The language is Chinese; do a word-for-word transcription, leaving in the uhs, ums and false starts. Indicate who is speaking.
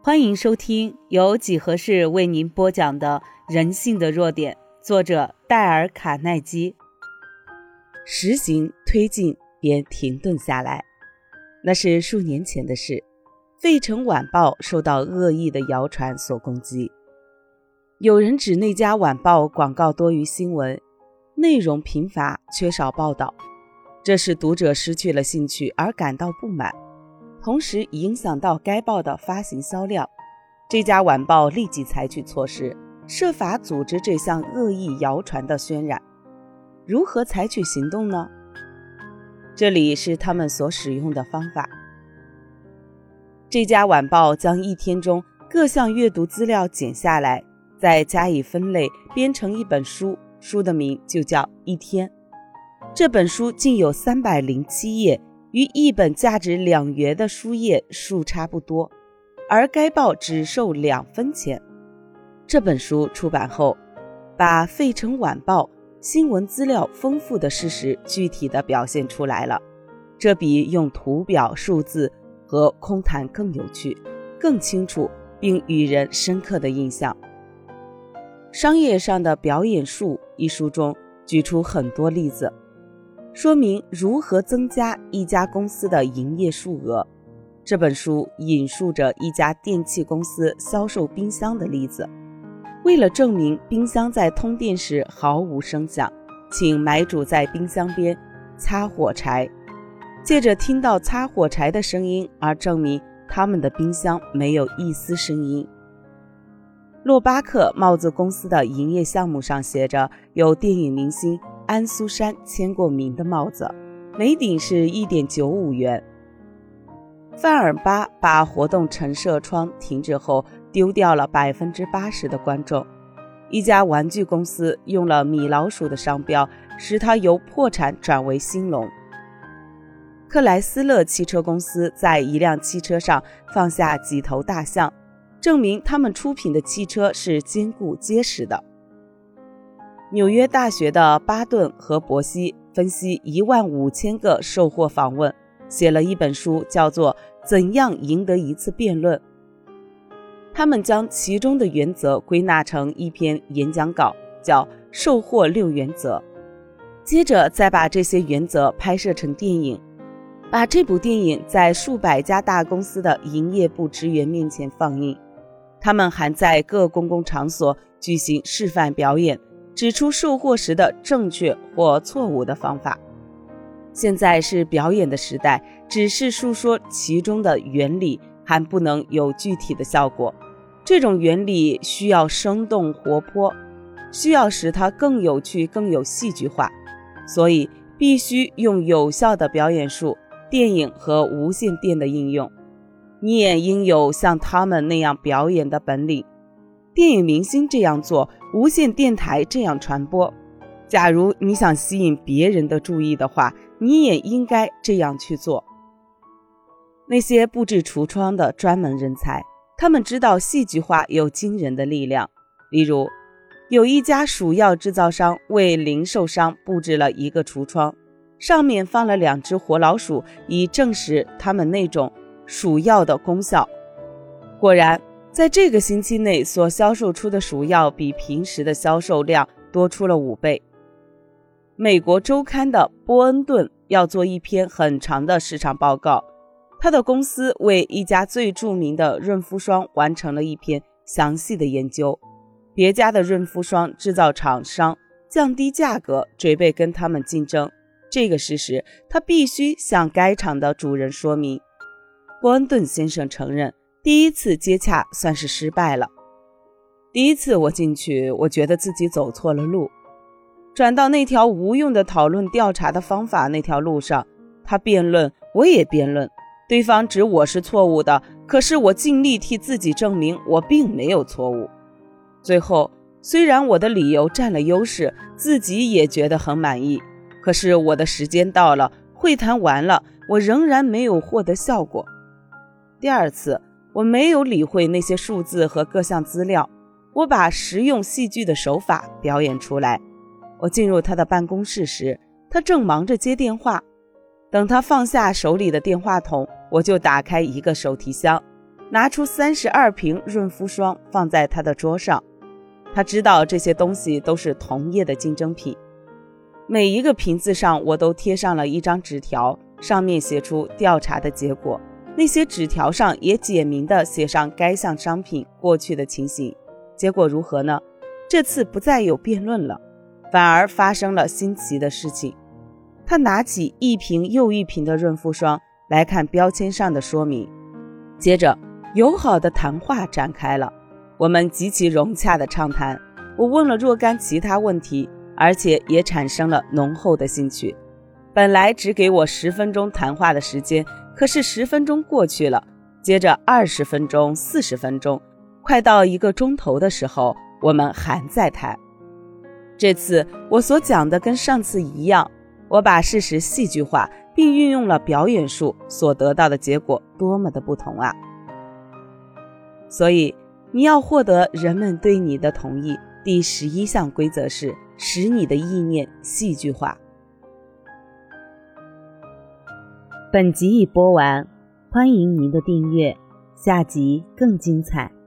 Speaker 1: 欢迎收听由几何式为您播讲的人性的弱点，作者戴尔·卡耐基。实行推进便停顿下来，那是数年前的事。费城晚报受到恶意的谣传所攻击，有人指那家晚报广告多于新闻，内容贫乏，缺少报道，这使读者失去了兴趣而感到不满，同时影响到该报的发行销量。这家晚报立即采取措施，设法阻止这项恶意谣传的渲染。如何采取行动呢？这里是他们所使用的方法。这家晚报将一天中各项阅读资料剪下来，再加以分类，编成一本书，书的名就叫《一天》。这本书竟有三百零七页，与一本价值两元的书页数差不多，而该报只收两分钱。这本书出版后，把费城晚报新闻资料丰富的事实具体地表现出来了，这比用图表、数字和空谈更有趣、更清楚，并与人深刻的印象。商业上的表演术一书中举出很多例子，说明如何增加一家公司的营业数额。这本书引述着一家电器公司销售冰箱的例子，为了证明冰箱在通电时毫无声响，请买主在冰箱边擦火柴，借着听到擦火柴的声音而证明他们的冰箱没有一丝声音。洛巴克帽子公司的营业项目上写着有电影明星安苏珊签过名的帽子，每顶是 一点九五元。范尔巴把活动陈设窗停止后丢掉了 百分之八十 的观众。一家玩具公司用了米老鼠的商标，使它由破产转为兴隆。克莱斯勒汽车公司在一辆汽车上放下几头大象，证明他们出品的汽车是坚固结实的。纽约大学的巴顿和伯西分析一万五千个售货访问，写了一本书，叫做《怎样赢得一次辩论》。他们将其中的原则归纳成一篇演讲稿，叫《售货六原则》，接着再把这些原则拍摄成电影，把这部电影在数百家大公司的营业部职员面前放映。他们还在各公共场所举行示范表演，指出售货时的正确或错误的方法。现在是表演的时代，只是述说其中的原理还不能有具体的效果。这种原理需要生动活泼，需要使它更有趣、更有戏剧化，所以必须用有效的表演术、电影和无线电的应用。你也应有像他们那样表演的本领。电影明星这样做，无线电台这样传播。假如你想吸引别人的注意的话，你也应该这样去做。那些布置橱窗的专门人才，他们知道戏剧化有惊人的力量。例如，有一家鼠药制造商为零售商布置了一个橱窗，上面放了两只活老鼠，以证实他们那种鼠药的功效。果然，在这个星期内所销售出的鼠药比平时的销售量多出了五倍。美国周刊的波恩顿要做一篇很长的市场报告，他的公司为一家最著名的润肤霜完成了一篇详细的研究。别家的润肤霜制造厂商降低价格，准备跟他们竞争，这个事实他必须向该厂的主人说明。波恩顿先生承认，第一次接洽算是失败了。第一次我进去，我觉得自己走错了路，转到那条无用的讨论调查的方法那条路上，他辩论，我也辩论，对方指我是错误的，可是我尽力替自己证明我并没有错误。最后，虽然我的理由占了优势，自己也觉得很满意，可是我的时间到了，会谈完了，我仍然没有获得效果。第二次，我没有理会那些数字和各项资料，我把实用戏剧的手法表演出来。我进入他的办公室时，他正忙着接电话。等他放下手里的电话筒，我就打开一个手提箱， 拿出三十二瓶润肤霜放在他的桌上。他知道这些东西都是同业的竞争品。每一个瓶子上我都贴上了一张纸条，上面写出调查的结果。那些纸条上也简明地写上该项商品过去的情形。结果如何呢？这次不再有辩论了，反而发生了新奇的事情。他拿起一瓶又一瓶的润肤霜来看标签上的说明，接着友好的谈话展开了。我们极其融洽的畅谈，我问了若干其他问题，而且也产生了浓厚的兴趣。本来只给我十分钟谈话的时间，可是十分钟过去了，接着二十分钟、四十分钟，快到一个钟头的时候，我们还在谈。这次我所讲的跟上次一样，我把事实戏剧化，并运用了表演术，所得到的结果多么的不同啊！所以你要获得人们对你的同意，第十一项规则是使你的意念戏剧化。本集已播完，欢迎您的订阅，下集更精彩。